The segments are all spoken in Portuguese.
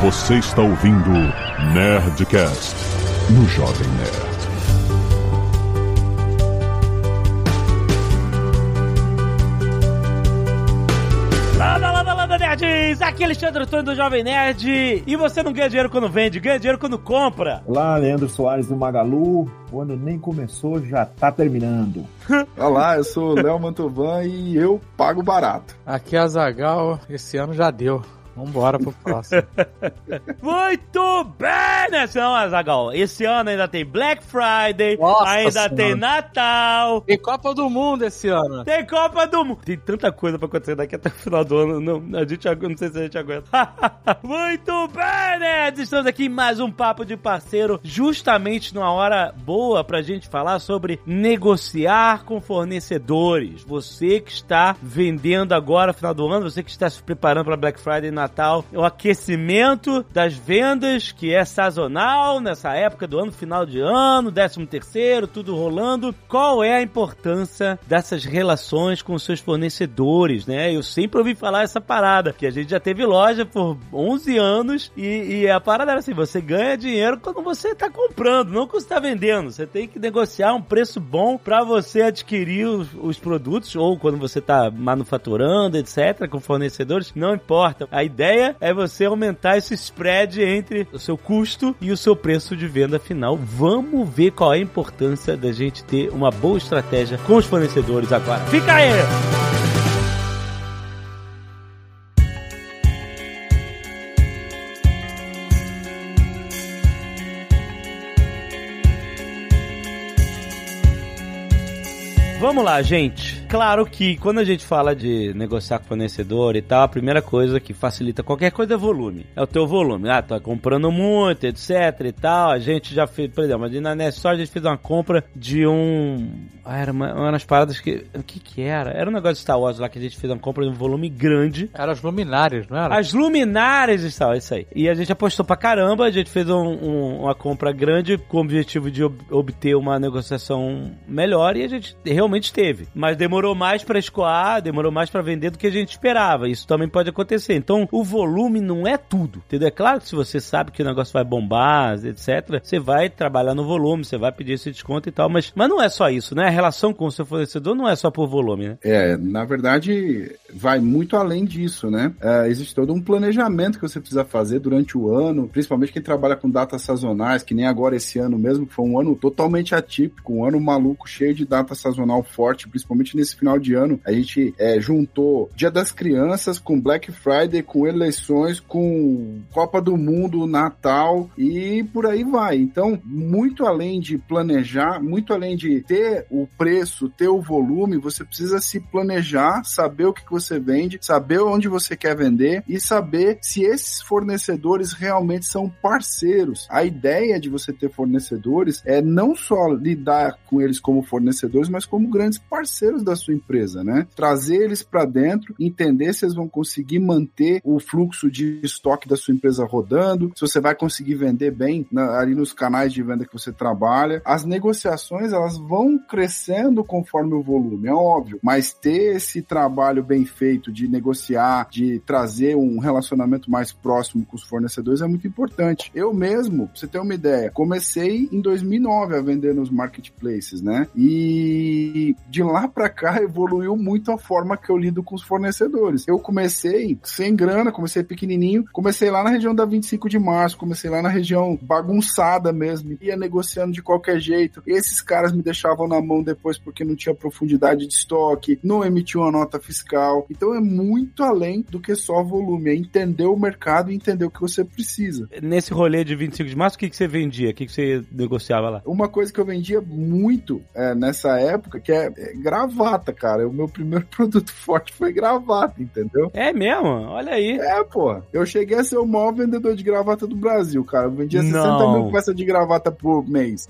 Você está ouvindo Nerdcast no Jovem Nerd. Landa Nerds! Aqui é Alexandre Antônio do Jovem Nerd. E você não ganha dinheiro quando vende, ganha dinheiro quando compra. Olá, Leandro Soares do Magalu. O ano nem começou, já tá terminando. Olá, eu sou o Léo Mantovan e eu pago barato. Aqui é a Zagal, esse ano já deu. Vambora pro próximo. Muito bem, né, senhor Azaghal? Esse ano ainda tem Black Friday, Nossa ainda senhora. tem Natal. Tem Copa do Mundo esse ano. Tem Copa do Mundo. Tem tanta coisa pra acontecer daqui até o final do ano. Não sei se a gente aguenta. Muito bem, né? Estamos aqui em mais um Papo de Parceiro, justamente numa hora boa pra gente falar sobre negociar com fornecedores. Você que está vendendo agora, no final do ano, você que está se preparando pra Black Friday e Natal, o aquecimento das vendas, que é sazonal nessa época do ano, final de ano, 13º, tudo rolando. Qual é a importância dessas relações com os seus fornecedores, né? Eu sempre ouvi falar essa parada, que a gente já teve loja por 11 anos e a parada era assim, você ganha dinheiro quando você tá comprando, não quando você tá vendendo. Você tem que negociar um preço bom pra você adquirir os produtos, ou quando você tá manufaturando, etc., com fornecedores, não importa. A ideia é você aumentar esse spread entre o seu custo e o seu preço de venda final. Vamos ver qual é a importância da gente ter uma boa estratégia com os fornecedores agora. Fica aí! Vamos lá, gente. Claro que quando a gente fala de negociar com fornecedor e tal, a primeira coisa que facilita qualquer coisa é volume. É o teu volume. Ah, tá comprando muito, etc e tal. A gente já fez, por exemplo, na Netsol a gente fez uma compra de era umas paradas que... O que era? Era um negócio de Star Wars lá que a gente fez uma compra de um volume grande. Eram as luminárias, não era? As luminárias de Star Wars, isso aí. E a gente apostou pra caramba, a gente fez uma compra grande com o objetivo de obter uma negociação melhor e a gente realmente teve. Mas demorou mais pra escoar, demorou mais pra vender do que a gente esperava. Isso também pode acontecer. Então, o volume não é tudo, entendeu? É claro que se você sabe que o negócio vai bombar, etc., você vai trabalhar no volume, você vai pedir esse desconto e tal, mas não é só isso, né? A relação com o seu fornecedor não é só por volume, né? Na verdade, vai muito além disso, né? Existe todo um planejamento que você precisa fazer durante o ano, principalmente quem trabalha com datas sazonais, que nem agora esse ano mesmo, que foi um ano totalmente atípico, um ano maluco, cheio de data sazonal forte, principalmente nesse final de ano. A gente juntou Dia das Crianças com Black Friday, com eleições, com Copa do Mundo, Natal e por aí vai. Então, muito além de planejar, muito além de ter o preço, ter o volume, você precisa se planejar, saber o que você vende, saber onde você quer vender e saber se esses fornecedores realmente são parceiros. A ideia de você ter fornecedores é não só lidar com eles como fornecedores, mas como grandes parceiros da sua empresa, né? Trazer eles para dentro, entender se eles vão conseguir manter o fluxo de estoque da sua empresa rodando, se você vai conseguir vender bem ali nos canais de venda que você trabalha. As negociações, elas vão crescendo conforme o volume, é óbvio, mas ter esse trabalho bem feito de negociar, de trazer um relacionamento mais próximo com os fornecedores é muito importante. Eu mesmo, pra você ter uma ideia, comecei em 2009 a vender nos marketplaces, né? E de lá pra cá evoluiu muito a forma que eu lido com os fornecedores. Eu comecei sem grana, comecei pequenininho, comecei lá na região da 25 de março, comecei lá na região bagunçada mesmo, ia negociando de qualquer jeito. Esses caras me deixavam na mão depois porque não tinha profundidade de estoque, não emitiu uma nota fiscal. Então é muito além do que só volume, é entender o mercado e entender o que você precisa. Nesse rolê de 25 de março, o que você vendia? O que você negociava lá? Uma coisa que eu vendia muito nessa época, que é gravata, cara. O meu primeiro produto forte foi gravata, entendeu? É mesmo? Olha aí. Pô. Eu cheguei a ser o maior vendedor de gravata do Brasil, cara. Eu vendia 60 mil peças de gravata por mês.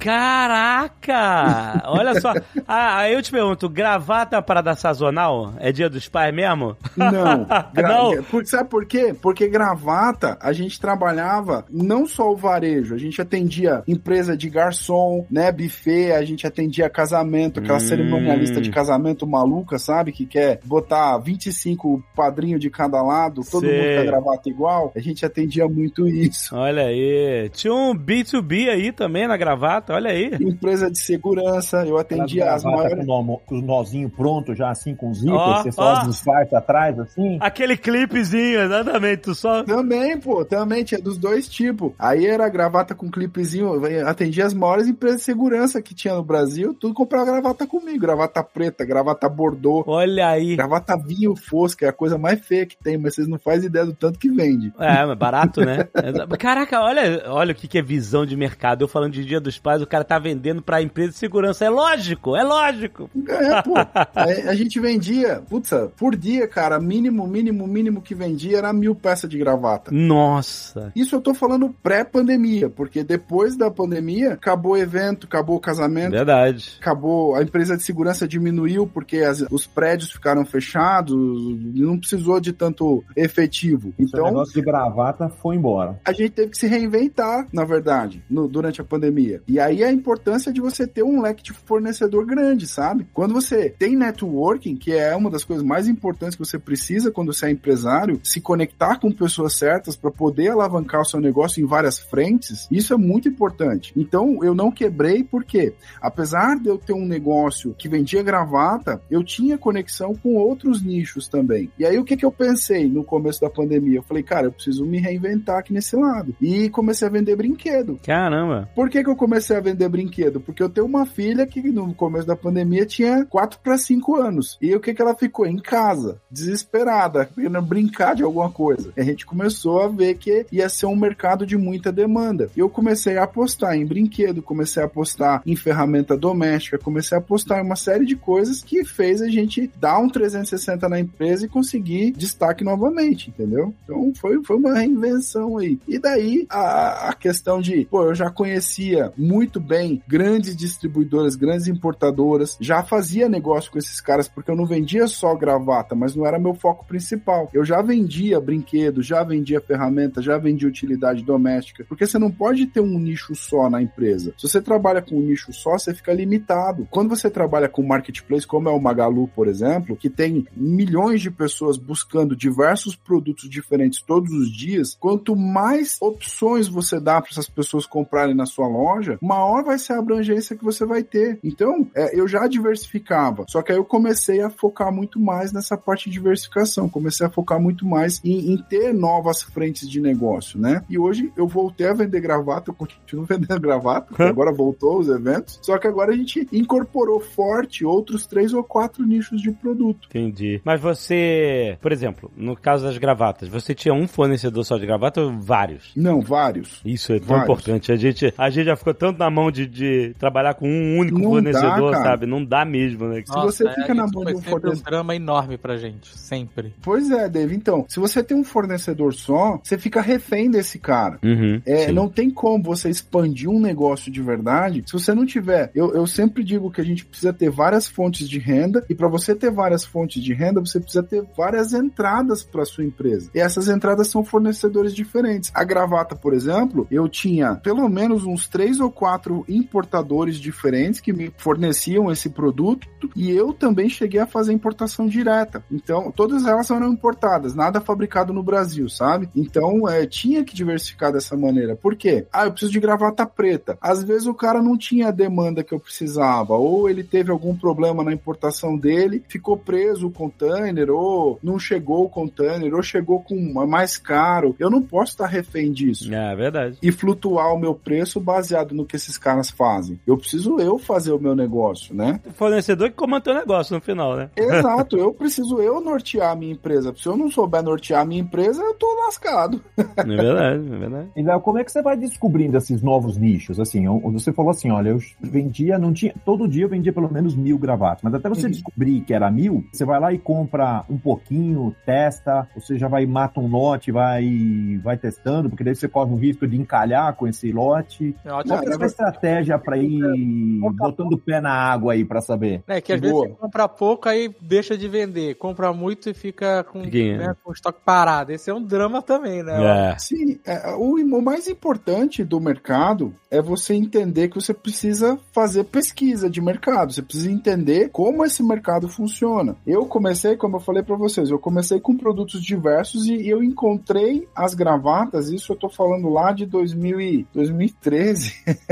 Caraca! Olha só. Aí eu te pergunto, gravata é uma parada sazonal? É dia dos pais mesmo? Não. Não? Sabe por quê? Porque gravata, a gente trabalhava não só o varejo, a gente atendia empresa de garçom, né, buffet, a gente atendia casamento, aquela cerimonialista de casamento casamento maluca, sabe? Que quer botar 25 padrinhos de cada lado, todo mundo com a gravata igual. A gente atendia muito isso. Olha aí. Tinha um B2B aí também na gravata, olha aí. Empresa de segurança, eu atendia as maiores... Com os nozinhos prontos já, assim, com zíper, você só desfaz atrás, assim. Aquele clipezinho, exatamente, tu só... Também tinha dos dois tipos. Aí era gravata com clipezinho, atendia as maiores empresas de segurança que tinha no Brasil, tudo comprava gravata comigo, gravata preta, gravata bordô. Olha aí. Gravata vinho fosca, é a coisa mais feia que tem, mas vocês não fazem ideia do tanto que vende. Mas barato, né? Caraca, olha o que é visão de mercado. Eu falando de Dia dos Pais, o cara tá vendendo pra empresa de segurança. É lógico. Pô. A gente vendia, por dia, cara, mínimo que vendia era 1.000 peças de gravata. Nossa. Isso eu tô falando pré-pandemia, porque depois da pandemia, acabou o evento, acabou o casamento. Verdade. Acabou, a empresa de segurança diminuiu porque os prédios ficaram fechados, não precisou de tanto efetivo. Então, o negócio de gravata foi embora. A gente teve que se reinventar, na verdade, durante a pandemia. E aí a importância de você ter um leque de fornecedor grande, sabe? Quando você tem networking, que é uma das coisas mais importantes que você precisa quando você é empresário, se conectar com pessoas certas para poder alavancar o seu negócio em várias frentes, isso é muito importante. Então, eu não quebrei porque, apesar de eu ter um negócio que vendia gravata, eu tinha conexão com outros nichos também. E aí, o que eu pensei no começo da pandemia? Eu falei, cara, eu preciso me reinventar aqui nesse lado. E comecei a vender brinquedo. Caramba! Por que eu comecei a vender brinquedo? Porque eu tenho uma filha que no começo da pandemia tinha 4 para 5 anos. E o que ela ficou? Em casa, desesperada, querendo brincar de alguma coisa. E a gente começou a ver que ia ser um mercado de muita demanda. Eu comecei a apostar em brinquedo, comecei a apostar em ferramenta doméstica, comecei a apostar em uma série de coisas que fez a gente dar um 360 na empresa e conseguir destaque novamente, entendeu? Então foi uma reinvenção aí. E daí a questão de, eu já conhecia muito bem grandes distribuidoras, grandes importadoras, já fazia negócio com esses caras, porque eu não vendia só gravata, mas não era meu foco principal. Eu já vendia brinquedo, já vendia ferramenta, já vendia utilidade doméstica, porque você não pode ter um nicho só na empresa. Se você trabalha com um nicho só, você fica limitado. Quando você trabalha com marketplace, como é o Magalu, por exemplo, que tem milhões de pessoas buscando diversos produtos diferentes todos os dias, quanto mais opções você dá para essas pessoas comprarem na sua loja, maior vai ser a abrangência que você vai ter. Então, eu já diversificava, só que aí eu comecei a focar muito mais nessa parte de diversificação, comecei a focar muito mais em ter novas frentes de negócio, né? E hoje eu voltei a vender gravata, eu continuo vendendo gravata, porque agora voltou os eventos, só que agora a gente incorporou forte outros 3 ou 4 nichos de produto. Entendi. Mas você, por exemplo, no caso das gravatas, você tinha um fornecedor só de gravata ou vários? Não, vários. Isso é tão importante. A gente já ficou tanto na mão de trabalhar com um único fornecedor, sabe? Não dá mesmo, né? Nossa, se você fica na mão de um fornecedor... um drama enorme pra gente, sempre. Pois é, Dave. Então, se você tem um fornecedor só, você fica refém desse cara. Não tem como você expandir um negócio de verdade se você não tiver... Eu sempre digo que a gente precisa ter várias fontes de renda, e para você ter várias fontes de renda, você precisa ter várias entradas para sua empresa. E essas entradas são fornecedores diferentes. A gravata, por exemplo, eu tinha pelo menos uns 3 ou 4 importadores diferentes que me forneciam esse produto, e eu também cheguei a fazer importação direta. Então, todas elas eram importadas, nada fabricado no Brasil, sabe? Então, tinha que diversificar dessa maneira. Por quê? Eu preciso de gravata preta. Às vezes o cara não tinha a demanda que eu precisava, ou ele teve algum problema na importação dele, ficou preso o container, ou não chegou o container, ou chegou com mais caro. Eu não posso estar refém disso. É verdade. E flutuar o meu preço baseado no que esses caras fazem. Eu preciso fazer o meu negócio, né? O fornecedor que comanda o negócio no final, né? Exato. Eu preciso nortear a minha empresa. Se eu não souber nortear a minha empresa, eu tô lascado. É verdade. E Léo, como é que você vai descobrindo esses novos nichos? Assim, você falou assim, olha, eu vendia, todo dia eu vendia pelo menos 1.000 gravatas, mas até você descobrir que era 1.000, você vai lá e compra um pouquinho, testa, você já vai, mata um lote, vai testando, porque daí você corre o risco de encalhar com esse lote. Qual é a sua estratégia pra ir botando o pé na água aí, pra saber? Que às vezes você compra pouco, aí deixa de vender, compra muito e fica com o estoque parado. Esse é um drama problema também, né? Sim, o mais importante do mercado é você entender que você precisa fazer pesquisa de mercado, você precisa entender como esse mercado funciona. Eu comecei, como eu falei para vocês, eu comecei com produtos diversos e eu encontrei as gravatas, isso eu tô falando lá de 2013.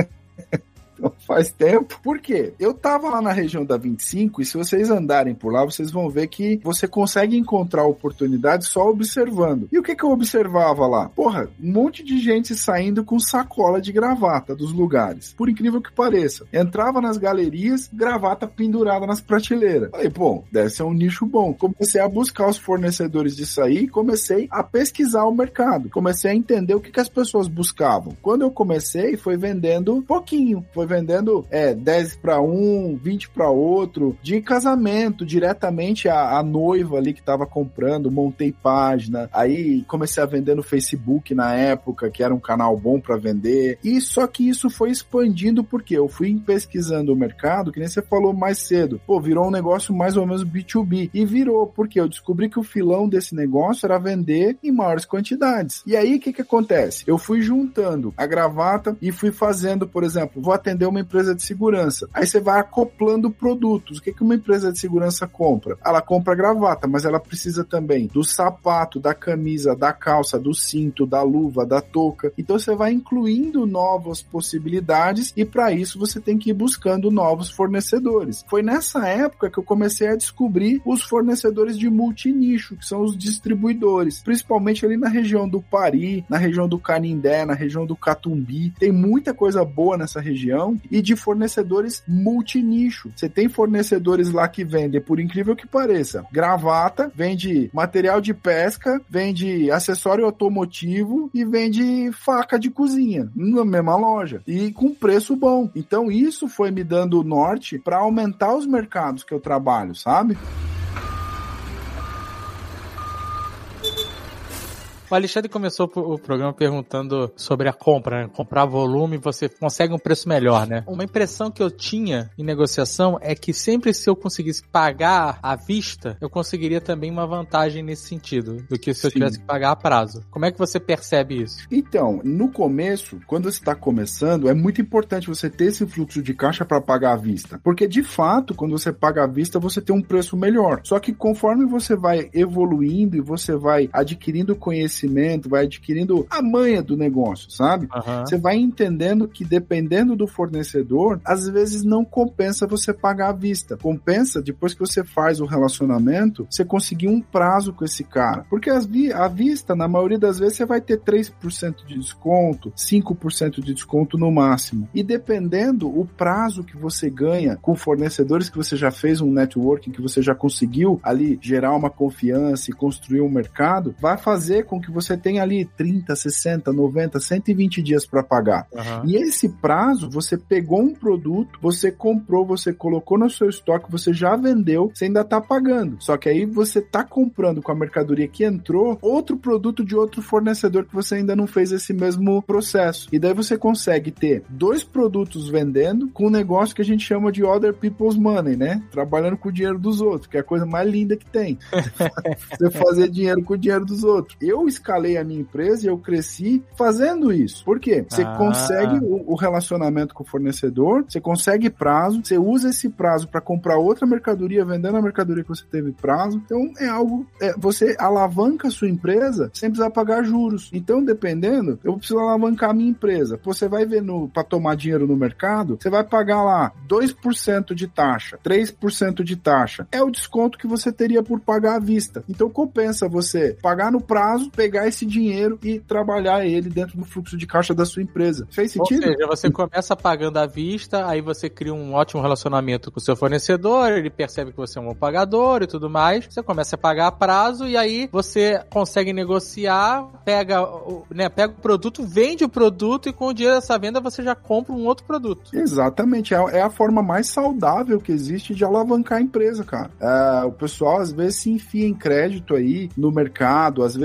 Faz tempo. Por quê? Eu tava lá na região da 25 e se vocês andarem por lá, vocês vão ver que você consegue encontrar oportunidades só observando. E o que eu observava lá? Porra, um monte de gente saindo com sacola de gravata dos lugares. Por incrível que pareça. Entrava nas galerias, gravata pendurada nas prateleiras. Falei, pô, deve ser um nicho bom. Comecei a buscar os fornecedores disso aí e comecei a pesquisar o mercado. Comecei a entender o que as pessoas buscavam. Quando eu comecei, foi vendendo pouquinho. Foi vendendo 10 para um, 20 para outro, de casamento, diretamente a noiva ali que tava comprando, montei página, aí comecei a vender no Facebook na época, que era um canal bom para vender, e só que isso foi expandindo porque eu fui pesquisando o mercado, que nem você falou mais cedo, virou um negócio mais ou menos B2B, e virou, porque eu descobri que o filão desse negócio era vender em maiores quantidades, e aí o que acontece? Eu fui juntando a gravata e fui fazendo, por exemplo, vou atender uma empresa de segurança. Aí você vai acoplando produtos. O que uma empresa de segurança compra? Ela compra gravata, mas ela precisa também do sapato, da camisa, da calça, do cinto, da luva, da touca. Então você vai incluindo novas possibilidades e para isso você tem que ir buscando novos fornecedores. Foi nessa época que eu comecei a descobrir os fornecedores de multinicho, que são os distribuidores, principalmente ali na região do Pari, na região do Canindé, na região do Catumbi. Tem muita coisa boa nessa região e de fornecedores multinicho. Você tem fornecedores lá que vendem, por incrível que pareça, gravata, vende material de pesca, vende acessório automotivo e vende faca de cozinha na mesma loja e com preço bom. Então isso foi me dando o norte para aumentar os mercados que eu trabalho, sabe? O Alexandre começou o programa perguntando sobre a compra, né? Comprar volume, você consegue um preço melhor, né? Uma impressão que eu tinha em negociação é que sempre se eu conseguisse pagar à vista, eu conseguiria também uma vantagem nesse sentido, do que se eu tivesse que pagar a prazo. Como é que você percebe isso? Então, no começo, quando você está começando, é muito importante você ter esse fluxo de caixa para pagar à vista. Porque, de fato, quando você paga à vista, você tem um preço melhor. Só que conforme você vai evoluindo e você vai adquirindo conhecimento, vai adquirindo a manha do negócio, sabe? Você vai entendendo que dependendo do fornecedor, às vezes não compensa você pagar à vista. Compensa, depois que você faz o relacionamento, você conseguir um prazo com esse cara. Porque à vista, na maioria das vezes, você vai ter 3% de desconto, 5% de desconto no máximo. E dependendo o prazo que você ganha com fornecedores que você já fez um networking, que você já conseguiu ali gerar uma confiança e construir um mercado, vai fazer com que você tem ali 30, 60, 90, 120 dias para pagar. E esse prazo, você pegou um produto, você comprou, você colocou no seu estoque, você já vendeu, você ainda tá pagando. Só que aí você tá comprando com a mercadoria que entrou outro produto de outro fornecedor que você ainda não fez esse mesmo processo. E daí você consegue ter 2 produtos vendendo com um negócio que a gente chama de other people's money, né? Trabalhando com o dinheiro dos outros, que é a coisa mais linda que tem. Você fazer dinheiro com o dinheiro dos outros. Eu escalei a minha empresa e eu cresci fazendo isso. Por quê? Você consegue o relacionamento com o fornecedor, você consegue prazo, você usa esse prazo para comprar outra mercadoria, vendendo a mercadoria que você teve prazo. Então é algo, você alavanca a sua empresa sem precisar pagar juros. Então, dependendo, eu preciso alavancar a minha empresa. Você vai ver para tomar dinheiro no mercado, você vai pagar lá 2% de taxa, 3% de taxa. É o desconto que você teria por pagar à vista. Então compensa você pagar no prazo, pegar esse dinheiro e trabalhar ele dentro do fluxo de caixa da sua empresa. Fez sentido? Ou seja, você começa pagando à vista, aí você cria um ótimo relacionamento com o seu fornecedor, ele percebe que você é um bom pagador e tudo mais, você começa a pagar a prazo e aí você consegue negociar, pega o produto, vende o produto e com o dinheiro dessa venda você já compra um outro produto. Exatamente, é a forma mais saudável que existe de alavancar a empresa, cara. O pessoal às vezes se enfia em crédito aí no mercado, às vezes com taxa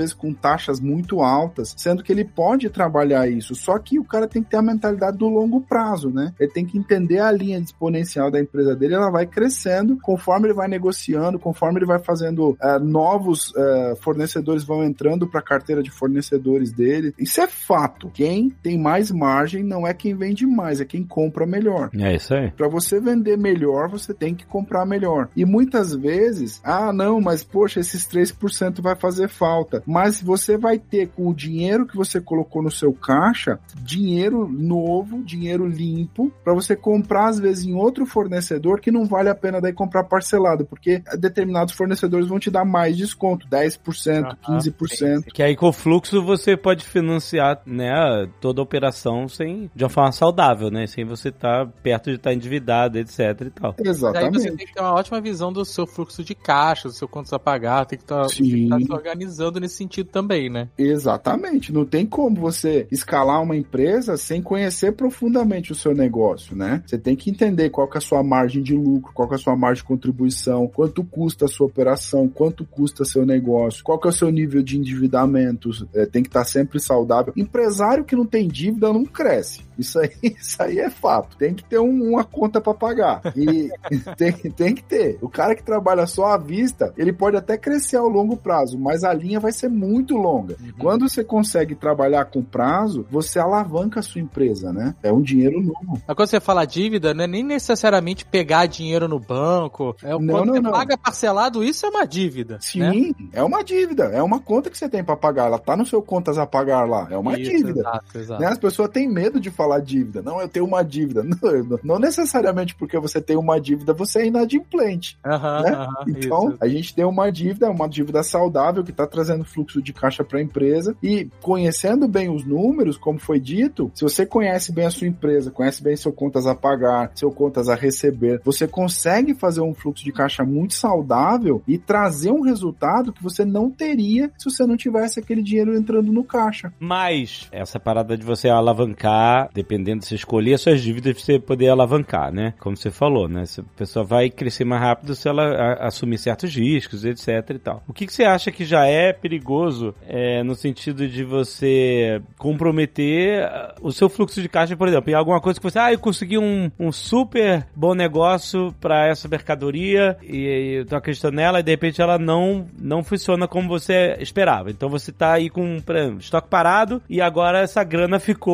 taxas muito altas, sendo que ele pode trabalhar isso, só que o cara tem que ter a mentalidade do longo prazo, né? Ele tem que entender a linha exponencial da empresa dele, ela vai crescendo, conforme ele vai negociando, conforme ele vai fazendo novos fornecedores vão entrando para a carteira de fornecedores dele. Isso é fato. Quem tem mais margem não é quem vende mais, é quem compra melhor. É isso aí. Para você vender melhor, você tem que comprar melhor. E muitas vezes, não, mas poxa, esses 3% vai fazer falta. Mas você vai ter, com o dinheiro que você colocou no seu caixa, dinheiro novo, dinheiro limpo, para você comprar às vezes em outro fornecedor que não vale a pena daí comprar parcelado, porque determinados fornecedores vão te dar mais desconto, 10%, 15%. Que aí com o fluxo você pode financiar, né, toda a operação de uma forma saudável, né, sem você estar perto de estar endividado, etc e tal. Exatamente. Aí você tem que ter uma ótima visão do seu fluxo de caixa, do seu contas a pagar, tem que estar se organizando nesse sentido também, né? Exatamente. Não tem como você escalar uma empresa sem conhecer profundamente o seu negócio, né? Você tem que entender qual que é a sua margem de lucro, qual que é a sua margem de contribuição, quanto custa a sua operação, quanto custa seu negócio, qual que é o seu nível de endividamento, tem que estar sempre saudável. Empresário que não tem dívida não cresce. Isso aí é fato. Tem que ter uma conta para pagar. E tem que ter. O cara que trabalha só à vista, ele pode até crescer ao longo prazo, mas a linha vai ser muito longa. Quando você consegue trabalhar com prazo, você alavanca a sua empresa, né? É um dinheiro novo. Mas quando você fala dívida, não é nem necessariamente pegar dinheiro no banco. Quando você paga parcelado, isso é uma dívida. Sim, né? É uma dívida. É uma conta que você tem para pagar. Ela tá no seu contas a pagar lá. É uma dívida. Exato. Né? As pessoas têm medo de falar dívida. Não, eu tenho uma dívida. Não necessariamente porque você tem uma dívida, você é inadimplente. Né? Então, a gente tem uma dívida saudável que está trazendo fluxo de caixa para a empresa e conhecendo bem os números, como foi dito, se você conhece bem a sua empresa, conhece bem seu contas a pagar, seu contas a receber, você consegue fazer um fluxo de caixa muito saudável e trazer um resultado que você não teria se você não tivesse aquele dinheiro entrando no caixa. Mas essa parada de você alavancar, dependendo de você escolher as suas dívidas, você poder alavancar, né? Como você falou, né? A pessoa vai crescer mais rápido se ela assumir certos riscos, etc e tal. O que você acha que já é perigoso no sentido de você comprometer o seu fluxo de caixa, por exemplo, em alguma coisa que você, eu consegui um super bom negócio para essa mercadoria e eu tô acreditando nela e de repente ela não funciona como você esperava. Então você tá aí com estoque parado e agora essa grana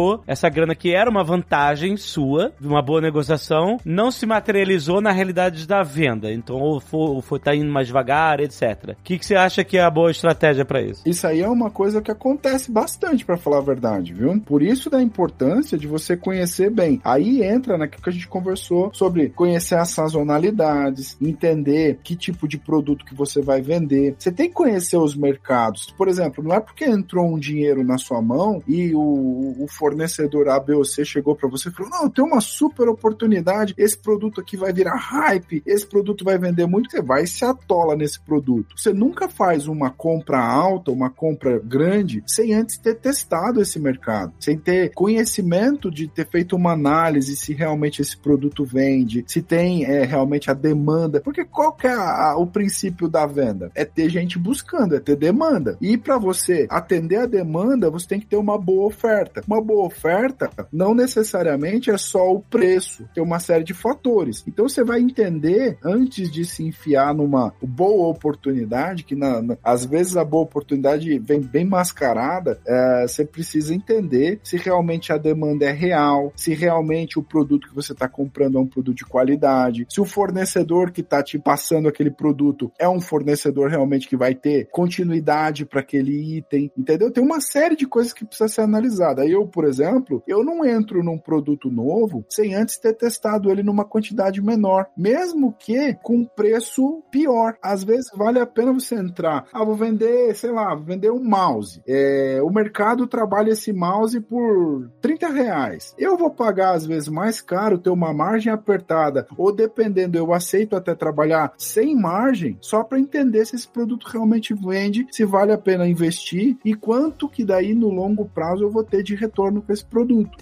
que era uma vantagem sua, de uma boa negociação, não se materializou na realidade da venda. Então, ou tá indo mais devagar, etc. O que você acha que é a boa estratégia para isso? Isso aí é uma coisa que acontece bastante, para falar a verdade, viu? Por isso da importância de você conhecer bem. Aí entra naquilo que a gente conversou sobre conhecer as sazonalidades, entender que tipo de produto que você vai vender. Você tem que conhecer os mercados. Por exemplo, não é porque entrou um dinheiro na sua mão e o fornecedor A, B ou C chegou para você e falou, não, tem uma super oportunidade, esse produto aqui vai virar hype, esse produto vai vender muito, você vai e se atola nesse produto. Você nunca faz uma compra alta, uma compra grande, sem antes ter testado esse mercado, sem ter conhecimento de ter feito uma análise se realmente esse produto vende, se tem realmente a demanda, porque qual que é o princípio da venda? É ter gente buscando, é ter demanda. E para você atender a demanda, você tem que ter uma boa oferta. Uma boa oferta não necessariamente é só o preço, tem uma série de fatores. Então você vai entender, antes de se enfiar numa boa oportunidade, que às vezes a boa oportunidade vem bem mascarada, você precisa entender se realmente a demanda é real, se realmente o produto que você está comprando é um produto de qualidade, se o fornecedor que está te passando aquele produto é um fornecedor realmente que vai ter continuidade para aquele item, entendeu? Tem uma série de coisas que precisa ser analisada. Eu, por exemplo, eu não entro num produto novo sem antes ter testado ele numa quantidade menor, mesmo que com preço pior. Às vezes vale a pena você entrar, vou vender, vou vender um mouse. O mercado trabalha esse mouse por R$30. Eu vou pagar às vezes mais caro, ter uma margem apertada, ou dependendo, eu aceito até trabalhar sem margem, só para entender se esse produto realmente vende, se vale a pena investir e quanto que daí no longo prazo eu vou ter de retorno com esse produto.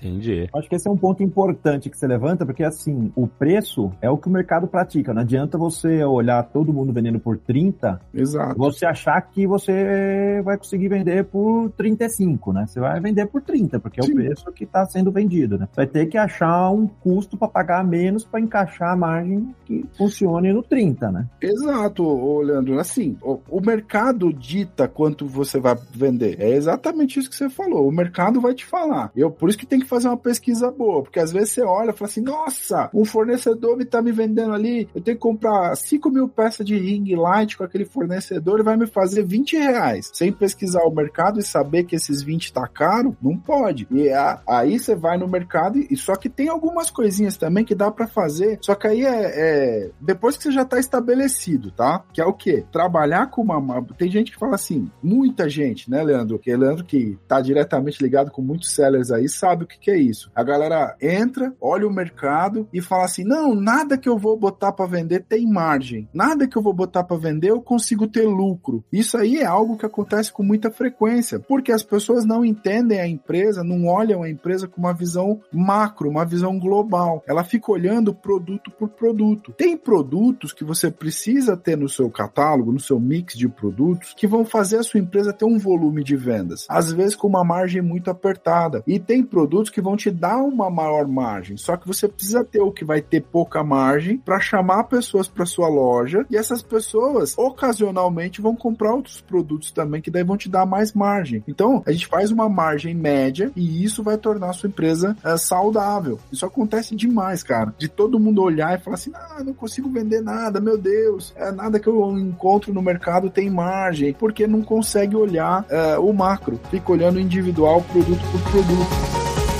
Entendi. Acho que esse é um ponto importante que você levanta, porque assim, o preço é o que o mercado pratica. Não adianta você olhar todo mundo vendendo por 30, Exato. você achar que você vai conseguir vender por 35, né? Você vai vender por 30, porque é o preço que está sendo vendido, né? Vai ter que achar um custo para pagar menos para encaixar a margem que funcione no 30, né? Exato, Leandro. Assim, o mercado dita quanto você vai vender. É exatamente isso que você falou. O mercado vai te falar. Por isso que tem que fazer uma pesquisa boa, porque às vezes você olha e fala assim, nossa, um fornecedor tá me vendendo ali, eu tenho que comprar 5 mil peças de ring light com aquele fornecedor, ele vai me fazer R$20. Sem pesquisar o mercado e saber que esses 20 tá caro, não pode. E aí você vai no mercado e só que tem algumas coisinhas também que dá pra fazer, só que aí depois que você já tá estabelecido, tá? Que é o quê? Trabalhar com tem gente que fala assim, muita gente, né, Leandro? Que Leandro que tá diretamente ligado com muitos sellers aí, sabe o que é isso. A galera entra, olha o mercado e fala assim, não, nada que eu vou botar pra vender tem margem. Nada que eu vou botar pra vender eu consigo ter lucro. Isso aí é algo que acontece com muita frequência, porque as pessoas não entendem a empresa, não olham a empresa com uma visão macro, uma visão global. Ela fica olhando produto por produto. Tem produtos que você precisa ter no seu catálogo, no seu mix de produtos, que vão fazer a sua empresa ter um volume de vendas. Às vezes com uma margem muito apertada. E tem produtos que vão te dar uma maior margem. Só que você precisa ter o que vai ter pouca margem para chamar pessoas para sua loja e essas pessoas ocasionalmente vão comprar outros produtos também que daí vão te dar mais margem. Então, a gente faz uma margem média e isso vai tornar a sua empresa saudável. Isso acontece demais, cara. De todo mundo olhar e falar assim, não consigo vender nada, meu Deus, nada que eu encontro no mercado tem margem, porque não consegue olhar o macro, fica olhando individual, produto por produto.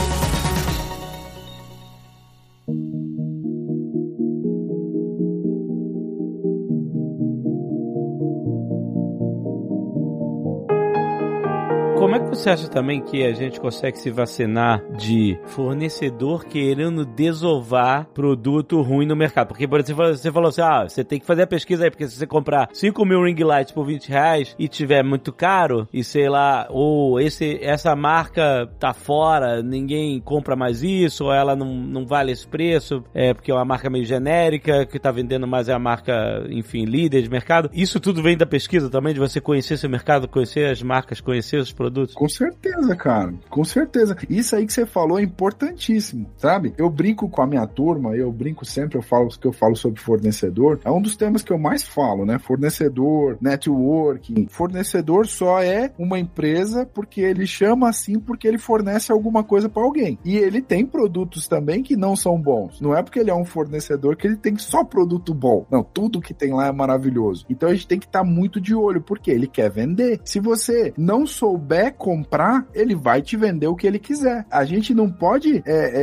Como é que você acha também que a gente consegue se vacinar de fornecedor querendo desovar produto ruim no mercado? Porque, por exemplo, você falou assim, você tem que fazer a pesquisa aí, porque se você comprar 5 mil ring lights por R$20 e tiver muito caro, e sei lá, ou essa marca tá fora, ninguém compra mais isso, ou ela não vale esse preço, porque é uma marca meio genérica, que tá vendendo mais é a marca, enfim, líder de mercado. Isso tudo vem da pesquisa também, de você conhecer seu mercado, conhecer as marcas, conhecer os produtos? Com certeza, cara. Com certeza. Isso aí que você falou é importantíssimo, sabe? Eu brinco com a minha turma, eu brinco sempre, eu falo sobre fornecedor. É um dos temas que eu mais falo, né? Fornecedor, networking. Fornecedor só é uma empresa porque ele chama assim porque ele fornece alguma coisa para alguém. E ele tem produtos também que não são bons. Não é porque ele é um fornecedor que ele tem só produto bom. Não, tudo que tem lá é maravilhoso. Então a gente tem que estar muito de olho, porque ele quer vender. Se você não souber comprar, ele vai te vender o que ele quiser. A gente não pode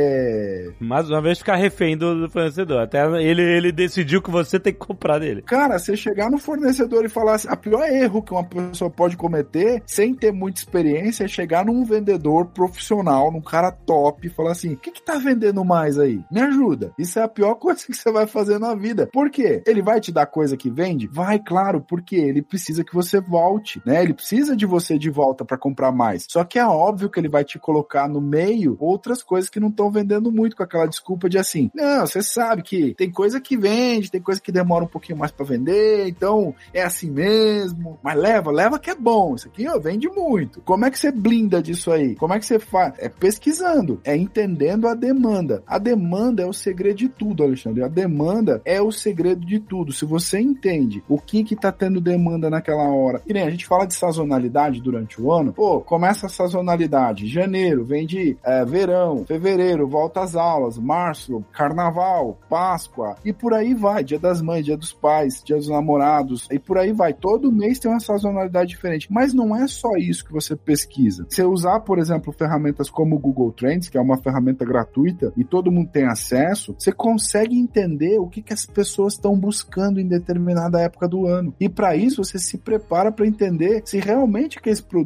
mais uma vez ficar refém do fornecedor. Até ele decidiu que você tem que comprar dele. Cara, você chegar no fornecedor e falar assim, a pior erro que uma pessoa pode cometer, sem ter muita experiência, é chegar num vendedor profissional, num cara top, e falar assim, o que tá vendendo mais aí? Me ajuda. Isso é a pior coisa que você vai fazer na vida. Por quê? Ele vai te dar coisa que vende? Vai, claro, porque ele precisa que você volte, né? Ele precisa de você de volta para comprar mais. Só que é óbvio que ele vai te colocar no meio outras coisas que não estão vendendo muito, com aquela desculpa de assim, não, você sabe que tem coisa que vende, tem coisa que demora um pouquinho mais para vender, então é assim mesmo, mas leva que é bom, isso aqui vende muito. Como é que você blinda disso aí? Como é que você faz? É pesquisando, é entendendo a demanda. A demanda é o segredo de tudo, Alexandre. A demanda é o segredo de tudo. Se você entende o que tá tendo demanda naquela hora, que nem a gente fala de sazonalidade durante o ano, começa a sazonalidade, janeiro, vende verão, fevereiro, volta às aulas, março, carnaval, Páscoa, e por aí vai, dia das mães, dia dos pais, dia dos namorados, e por aí vai. Todo mês tem uma sazonalidade diferente, mas não é só isso que você pesquisa. Se usar, por exemplo, ferramentas como o Google Trends, que é uma ferramenta gratuita e todo mundo tem acesso, você consegue entender o que as pessoas estão buscando em determinada época do ano. E para isso você se prepara para entender se realmente aqueles produtos vão ter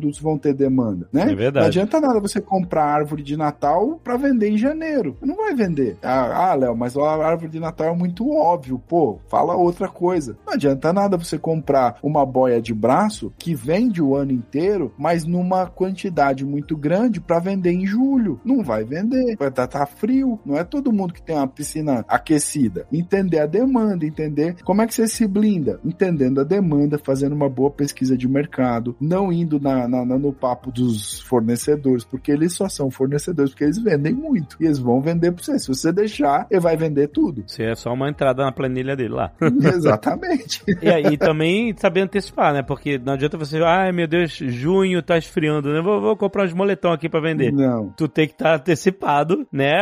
ter demanda, né? É verdade. Não adianta nada você comprar árvore de Natal pra vender em janeiro. Não vai vender. Léo, mas a árvore de Natal é muito óbvio. Pô, fala outra coisa. Não adianta nada você comprar uma boia de braço que vende o ano inteiro, mas numa quantidade muito grande pra vender em julho. Não vai vender. Vai estar frio. Não é todo mundo que tem uma piscina aquecida. Entender a demanda, entender como é que você se blinda. Entendendo a demanda, fazendo uma boa pesquisa de mercado, não indo no papo dos fornecedores, porque eles só são fornecedores porque eles vendem muito. E eles vão vender pra você. Se você deixar, ele vai vender tudo. Se é só uma entrada na planilha dele lá. Exatamente. E também saber antecipar, né? Porque não adianta você, ai meu Deus, junho tá esfriando, né? Vou comprar uns moletom aqui pra vender. Não. Tu tem que estar antecipado, né?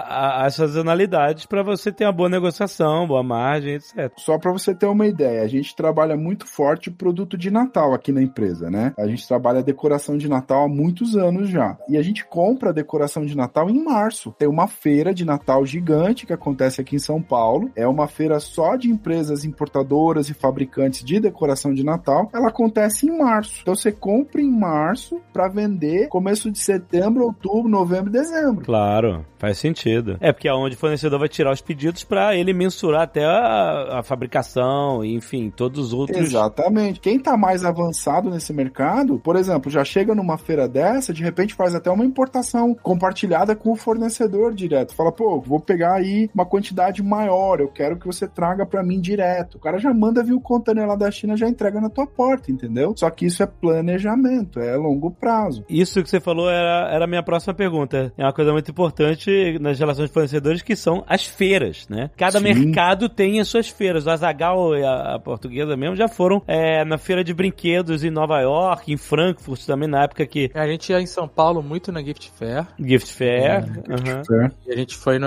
As sazonalidades pra você ter uma boa negociação, boa margem, etc. Só pra você ter uma ideia, a gente trabalha muito forte produto de Natal aqui na empresa, né? A gente trabalha decoração de Natal há muitos anos já. E a gente compra a decoração de Natal em março. Tem uma feira de Natal gigante que acontece aqui em São Paulo. É uma feira só de empresas importadoras e fabricantes de decoração de Natal. Ela acontece em março. Então você compra em março pra vender começo de setembro, outubro, novembro e dezembro. Claro, faz sentido. É porque é onde o fornecedor vai tirar os pedidos pra ele mensurar até a fabricação, enfim, todos os outros. Exatamente. Quem tá mais avançado nesse mercado, por exemplo, já chega numa feira dessa, de repente faz até uma importação compartilhada com o fornecedor direto. Fala, pô, vou pegar aí uma quantidade maior, eu quero que você traga pra mim direto. O cara já manda vir o container lá da China, já entrega na tua porta, entendeu? Só que isso é planejamento, é longo prazo. Isso que você falou era a minha próxima pergunta. É uma coisa muito importante nas relações de fornecedores, que são as feiras, né? Cada mercado tem as suas feiras. O Azaghal e a portuguesa mesmo já foram na feira de brinquedos em Nova York, em Frankfurt também, na época que... A gente ia em São Paulo muito na Gift Fair. Gift Fair. Gift Fair. E a gente foi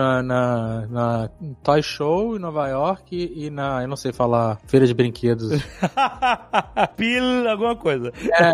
na Toy Show em Nova York e na, eu não sei falar, feira de brinquedos. Pil, alguma coisa.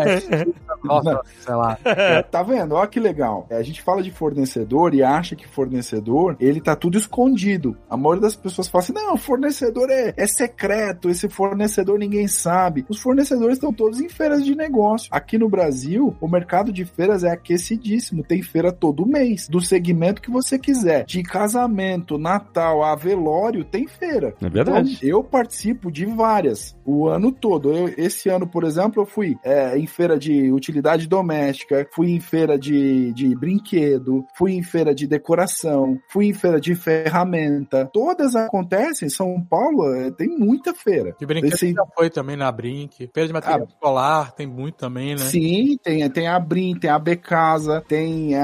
Sei lá. Tá vendo? Olha que legal. A gente fala de fornecedor e acha que fornecedor, ele tá tudo escondido. A maioria das pessoas fala assim, não, fornecedor é secreto, esse fornecedor ninguém sabe. Os fornecedores estão todos em feiras de negócio. Aqui no Brasil, o mercado de feiras é aquecidíssimo. Tem feira todo mês, do segmento que você quiser. De casamento, Natal, a velório, tem feira. É verdade. Então, eu participo de várias, o ano todo. Esse ano, por exemplo, eu fui em feira de utilidade doméstica, fui em feira de brinquedo, fui em feira de decoração, fui em feira de ferramenta. Todas acontecem. São Paulo tem muita feira. De brinquedo já foi também na Brinque. Feira de material escolar tem muito também, né? Sim, tem a Brin, tem a Becasa, tem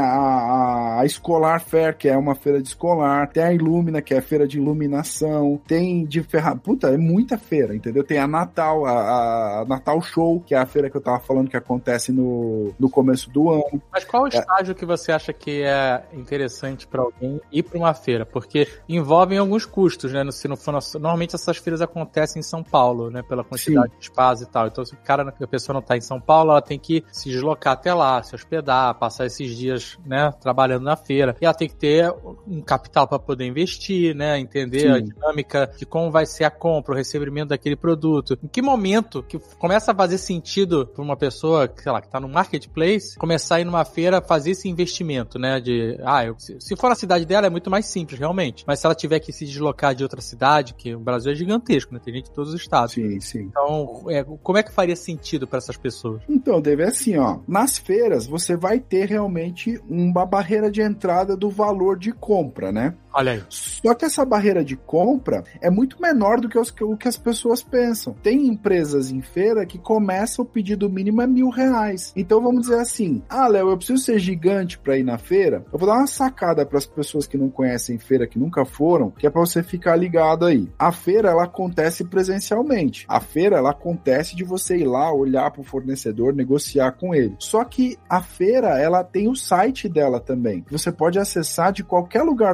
a Escolar Fair, que é uma feira de escolar, tem a Illumina, que é a feira de iluminação, tem de ferramenta. Puta, é muita feira, entendeu? Tem a Natal, a Natal Show, que é a feira que eu tava falando que acontece no começo do ano. Mas qual o estágio que você acha que é interessante pra alguém ir pra uma feira? Porque envolvem alguns custos, né? Se não for, normalmente essas feiras acontecem em São Paulo, né? Pela quantidade de espaço e tal. Então, se a pessoa não tá em São Paulo, ela tem que se deslocar até lá, se hospedar, passar esses dias, né? Trabalhando na feira. E ela tem que ter um capital para poder investir, né? Entender a dinâmica de como vai ser a compra, o recebimento daquele produto. Em que momento que começa a fazer sentido para uma pessoa, sei lá, que tá no marketplace, começar a ir numa feira, fazer esse investimento, né? Se for na cidade dela, é muito mais simples, realmente. Mas se ela tiver que se deslocar de outra cidade, que o Brasil é gigantesco, né? Tem gente de todos os estados. Sim. Então, como é que faria sentido para essas pessoas? Então, Dave, é assim, ó. Nas feiras, você vai ter realmente uma barreira de entrada do valor de compra, né? Olha aí. Só que essa barreira de compra é muito menor do que o que as pessoas pensam. Tem empresas em feira que começam o pedido mínimo é R$1.000. Então vamos dizer assim, Léo, eu preciso ser gigante pra ir na feira. Eu vou dar uma sacada para as pessoas que não conhecem feira, que nunca foram, que é pra você ficar ligado aí. A feira, ela acontece presencialmente. A feira, ela acontece de você ir lá, olhar pro fornecedor, negociar com ele. Só que a feira, ela tem o site dela também. Você pode acessar de qualquer lugar do Brasil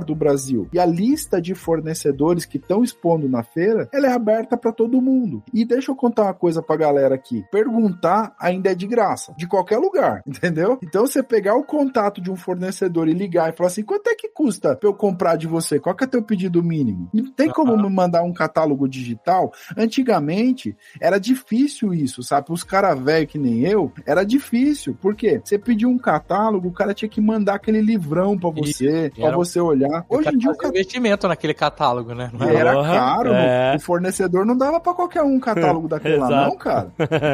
Brasil. E a lista de fornecedores que estão expondo na feira, ela é aberta para todo mundo. E deixa eu contar uma coisa pra galera aqui. Perguntar ainda é de graça, de qualquer lugar, entendeu? Então você pegar o contato de um fornecedor e ligar e falar assim, quanto é que custa pra eu comprar de você? Qual que é teu pedido mínimo? Não tem como me mandar um catálogo digital? Antigamente, era difícil isso, sabe? Os caras velhos que nem eu, era difícil. Por quê? Você pediu um catálogo, o cara tinha que mandar aquele livrão pra você, pra você olhar. Hoje em dia o investimento naquele catálogo, né? Era caro, o fornecedor não dava pra qualquer um catálogo daquele lá, não, cara.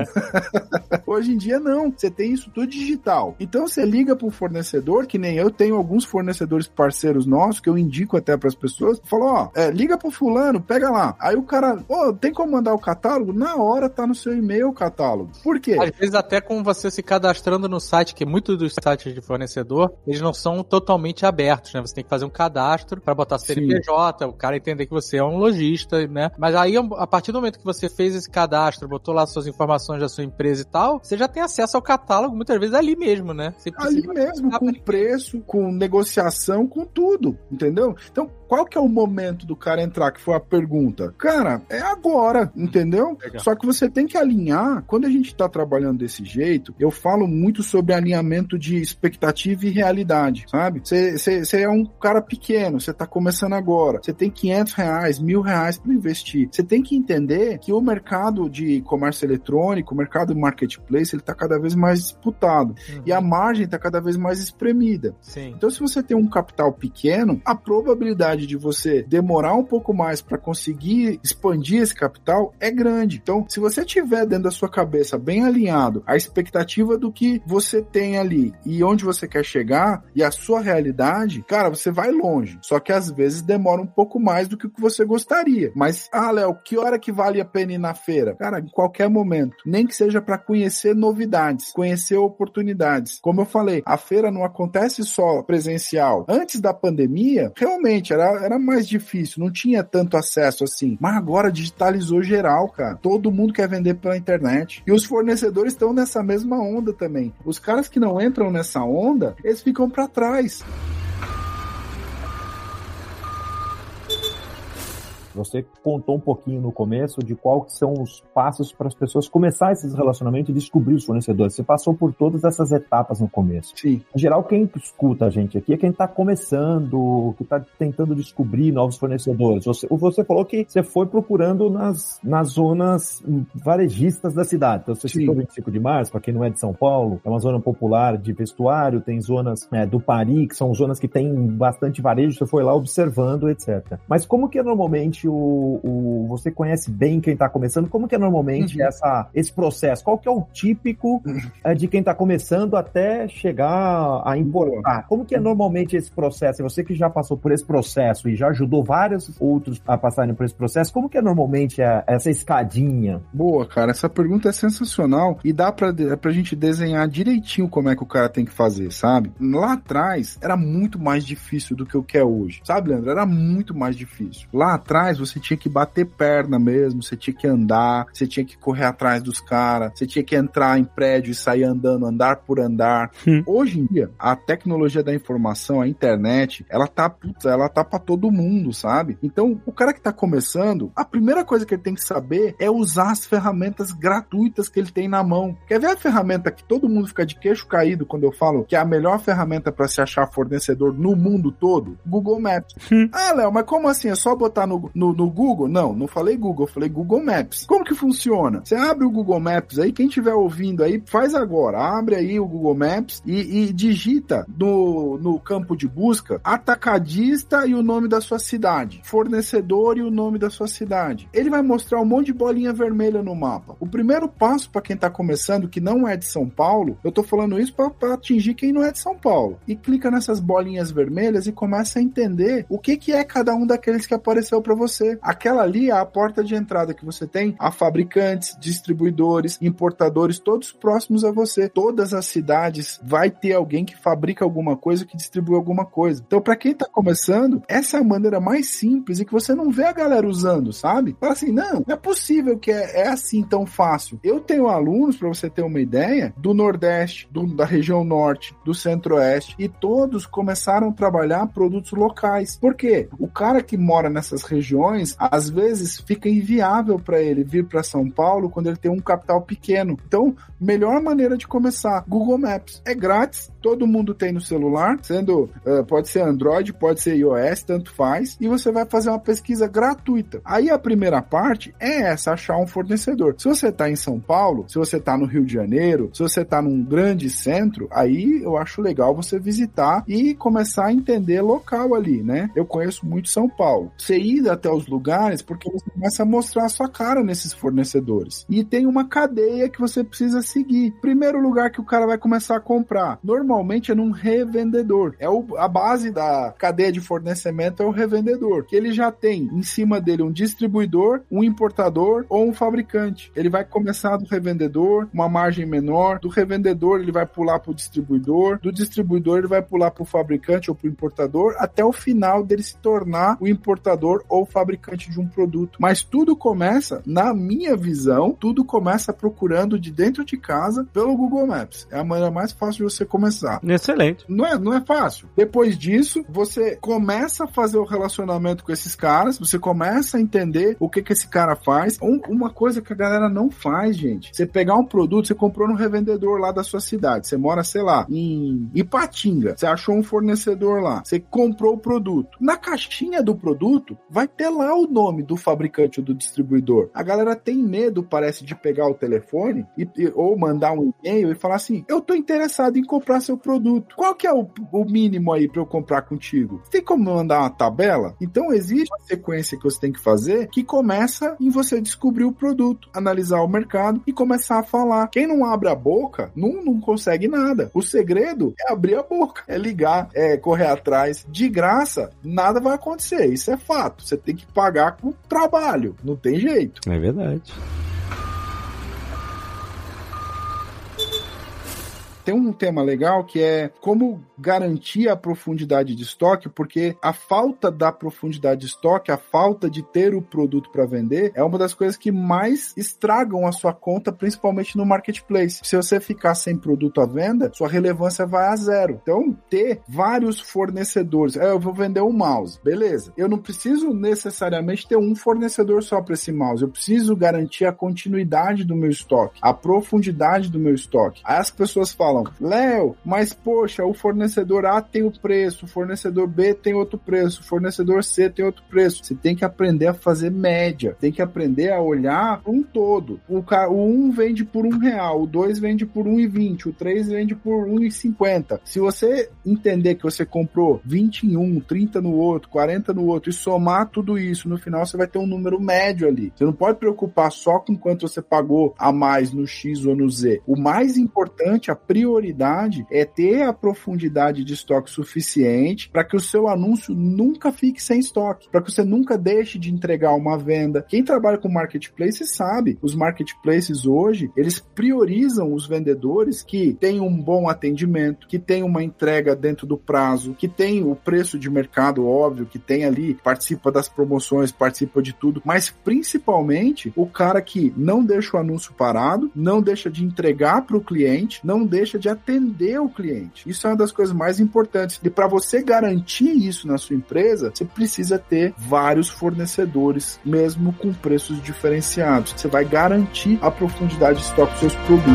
Hoje em dia não, você tem isso tudo digital. Então você liga pro fornecedor, que nem eu tenho alguns fornecedores parceiros nossos, que eu indico até pras pessoas, falo, liga pro fulano, pega lá. Aí o cara, tem como mandar o catálogo? Na hora tá no seu e-mail o catálogo. Por quê? Às vezes até com você se cadastrando no site, que muitos dos sites de fornecedor, eles não são totalmente abertos, né? Você tem que fazer um cadastro pra botar CNPJ, o cara entender que você é um lojista, né? Mas aí, a partir do momento que você fez esse cadastro, botou lá suas informações da sua empresa e tal, você já tem acesso ao catálogo, muitas vezes ali mesmo, né? Ali mesmo, com preço, com negociação, com tudo, entendeu? Então, qual que é o momento do cara entrar, que foi a pergunta? Cara, é agora, entendeu? Legal. Só que você tem que alinhar, quando a gente tá trabalhando desse jeito, eu falo muito sobre alinhamento de expectativa e realidade, sabe? Você é um cara pequeno, você tá começando agora, você tem R$500, R$1.000 para investir. Você tem que entender que o mercado de comércio eletrônico, o mercado de marketplace, ele tá cada vez mais disputado. E a margem tá cada vez mais espremida. Sim. Então, se você tem um capital pequeno, a probabilidade de você demorar um pouco mais para conseguir expandir esse capital é grande. Então, se você tiver dentro da sua cabeça bem alinhado a expectativa do que você tem ali e onde você quer chegar e a sua realidade, cara, você vai longe. Só que às vezes demora um pouco mais do que o que você gostaria. Mas, Léo, que hora que vale a pena ir na feira? Cara, em qualquer momento. Nem que seja para conhecer novidades, conhecer oportunidades. Como eu falei, a feira não acontece só presencial. Antes da pandemia, realmente era mais difícil, não tinha tanto acesso assim. Mas agora digitalizou geral, cara. Todo mundo quer vender pela internet. E os fornecedores estão nessa mesma onda também. Os caras que não entram nessa onda, eles ficam para trás. Você contou um pouquinho no começo de quais são os passos para as pessoas começar esses relacionamentos e descobrir os fornecedores. Você passou por todas essas etapas no começo. Sim. Em geral, quem escuta a gente aqui é quem está começando, que está tentando descobrir novos fornecedores. Você falou que você foi procurando nas zonas varejistas da cidade. Então, você citou 25 de março, para quem não é de São Paulo, é uma zona popular de vestuário, tem zonas do Paris, que são zonas que tem bastante varejo, você foi lá observando, etc. Mas como que é normalmente você conhece bem quem está começando, como que é normalmente esse processo? Qual que é o típico de quem está começando até chegar a importar? Como que é normalmente esse processo? E você que já passou por esse processo e já ajudou vários outros a passarem por esse processo, como que é normalmente essa escadinha? Boa, cara, essa pergunta é sensacional e dá pra gente desenhar direitinho como é que o cara tem que fazer, sabe? Lá atrás era muito mais difícil do que o que é hoje, sabe, Leandro? Era muito mais difícil. Lá atrás você tinha que bater perna mesmo, você tinha que andar, você tinha que correr atrás dos caras, você tinha que entrar em prédio e sair andando, andar por andar. Hoje em dia, a tecnologia da informação, a internet, ela tá pra todo mundo, sabe? Então, o cara que tá começando, a primeira coisa que ele tem que saber é usar as ferramentas gratuitas que ele tem na mão. Quer ver a ferramenta que todo mundo fica de queixo caído quando eu falo que é a melhor ferramenta para se achar fornecedor no mundo todo? Google Maps. Léo, mas como assim? É só botar no Google? Não falei Google, eu falei Google Maps. Como que funciona? Você abre o Google Maps aí, quem estiver ouvindo aí, faz agora. Abre aí o Google Maps e digita no campo de busca atacadista e o nome da sua cidade, fornecedor e o nome da sua cidade. Ele vai mostrar um monte de bolinha vermelha no mapa. O primeiro passo para quem tá começando, que não é de São Paulo, eu tô falando isso para atingir quem não é de São Paulo. E clica nessas bolinhas vermelhas e começa a entender o que é cada um daqueles que apareceu para você. você. Aquela ali é a porta de entrada que você tem a fabricantes, distribuidores, importadores, todos próximos a você. Todas as cidades vai ter alguém que fabrica alguma coisa, que distribui alguma coisa. Então, para quem tá começando, essa é a maneira mais simples e que você não vê a galera usando, sabe? Fala assim, não é possível que é assim tão fácil. Eu tenho alunos, para você ter uma ideia, do Nordeste, da região Norte, do Centro-Oeste, e todos começaram a trabalhar produtos locais. Por quê? O cara que mora nessas regiões, às vezes fica inviável para ele vir para São Paulo quando ele tem um capital pequeno. Então, melhor maneira de começar, Google Maps. É grátis, todo mundo tem no celular, pode ser Android, pode ser iOS, tanto faz, e você vai fazer uma pesquisa gratuita. Aí a primeira parte é essa, achar um fornecedor. Se você está em São Paulo, se você está no Rio de Janeiro, se você está num grande centro, aí eu acho legal você visitar e começar a entender local ali, né? Eu conheço muito São Paulo. Você ir até os lugares porque você começa a mostrar a sua cara nesses fornecedores. E tem uma cadeia que você precisa seguir. Primeiro lugar que o cara vai começar a comprar, normalmente é num revendedor. A base da cadeia de fornecimento é o revendedor, que ele já tem em cima dele um distribuidor, um importador ou um fabricante. Ele vai começar do revendedor, uma margem menor, do revendedor ele vai pular para o distribuidor, do distribuidor ele vai pular para o fabricante ou para o importador, até o final dele se tornar o importador ou fabricante de um produto. Mas tudo começa, na minha visão, tudo começa procurando de dentro de casa pelo Google Maps. É a maneira mais fácil de você começar. Excelente. Não é fácil. Depois disso, você começa a fazer o relacionamento com esses caras, você começa a entender o que esse cara faz. Uma coisa que a galera não faz, gente, você pegar um produto, você comprou no revendedor lá da sua cidade, você mora, sei lá, em Ipatinga, você achou um fornecedor lá, você comprou o produto. Na caixinha do produto, vai ter lá o nome do fabricante ou do distribuidor. A galera tem medo, parece, de pegar o telefone ou mandar um e-mail e falar assim, eu tô interessado em comprar seu produto. Qual que é o mínimo aí pra eu comprar contigo? Tem como mandar uma tabela? Então existe uma sequência que você tem que fazer que começa em você descobrir o produto, analisar o mercado e começar a falar. Quem não abre a boca, não consegue nada. O segredo é abrir a boca, é ligar, é correr atrás. De graça, nada vai acontecer. Isso é fato. Você tem que pagar com trabalho. Não tem jeito. É verdade. Tem um tema legal que é como garantir a profundidade de estoque, porque a falta da profundidade de estoque, a falta de ter o produto para vender, é uma das coisas que mais estragam a sua conta, principalmente no marketplace. Se você ficar sem produto à venda, sua relevância vai a zero. Então, ter vários fornecedores. Eu vou vender um mouse, beleza. Eu não preciso necessariamente ter um fornecedor só para esse mouse. Eu preciso garantir a continuidade do meu estoque, a profundidade do meu estoque. Aí as pessoas falam, Léo, mas poxa, o fornecedor A tem o preço, o fornecedor B tem outro preço, o fornecedor C tem outro preço. Você tem que aprender a fazer média, tem que aprender a olhar um todo. O 1 vende por R$1, o 2 vende por R$1,20, o 3 vende por R$1,50. Se você entender que você comprou 20 em um, 30 no outro, 40 no outro e somar tudo isso, no final você vai ter um número médio ali. Você não pode preocupar só com quanto você pagou a mais no X ou no Z. O mais importante, a prioridade é ter a profundidade de estoque suficiente para que o seu anúncio nunca fique sem estoque, para que você nunca deixe de entregar uma venda. Quem trabalha com marketplace sabe, os marketplaces hoje, eles priorizam os vendedores que têm um bom atendimento, que têm uma entrega dentro do prazo, que tem o preço de mercado, óbvio, que tem ali, participa das promoções, participa de tudo, mas principalmente o cara que não deixa o anúncio parado, não deixa de entregar para o cliente, não deixa de atender o cliente. Isso é uma das coisas mais importantes. E para você garantir isso na sua empresa, você precisa ter vários fornecedores, mesmo com preços diferenciados. Você vai garantir a profundidade de estoque dos seus produtos.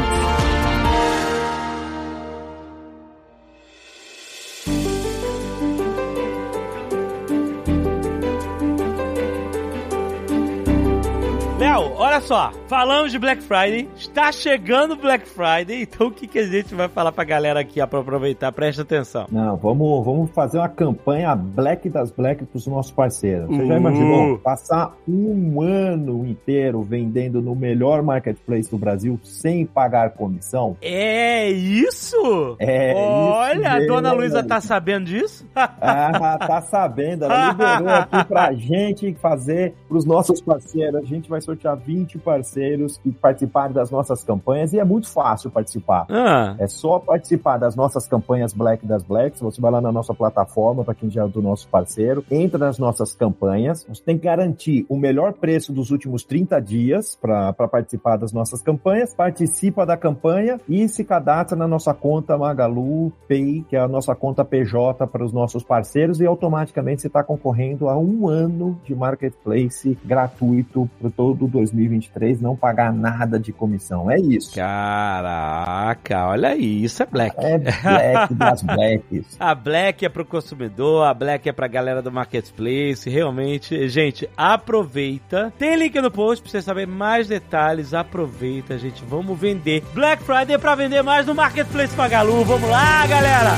Olha só, falamos de Black Friday, está chegando Black Friday, então o que a gente vai falar pra galera aqui pra aproveitar? Presta atenção. Não, vamos fazer uma campanha Black das Black pros nossos parceiros. Você já imaginou passar um ano inteiro vendendo no melhor marketplace do Brasil sem pagar comissão? É isso? É Olha A dona Luísa tá sabendo disso? Tá sabendo. Ela liberou aqui pra gente fazer pros nossos parceiros. A gente vai sortear 20 parceiros que participarem das nossas campanhas e é muito fácil participar. É só participar das nossas campanhas Black das Blacks. Você vai lá na nossa plataforma, pra quem já é do nosso parceiro, entra nas nossas campanhas. Você tem que garantir o melhor preço dos últimos 30 dias pra participar das nossas campanhas. Participa da campanha e se cadastra na nossa conta Magalu Pay, que é a nossa conta PJ para os nossos parceiros, e automaticamente você está concorrendo a 1 ano de Marketplace gratuito para todo 2023, não pagar nada de comissão. É isso. Caraca, olha aí, isso é Black. É Black das Blacks. A Black é pro consumidor, a Black é pra galera do Marketplace, realmente. Gente, aproveita. Tem link no post pra você saber mais detalhes, aproveita, gente, vamos vender. Black Friday pra vender mais no Marketplace Magalu, vamos lá, galera!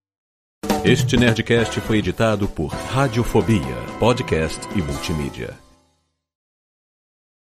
Este Nerdcast foi editado por Radiofobia, podcast e multimídia.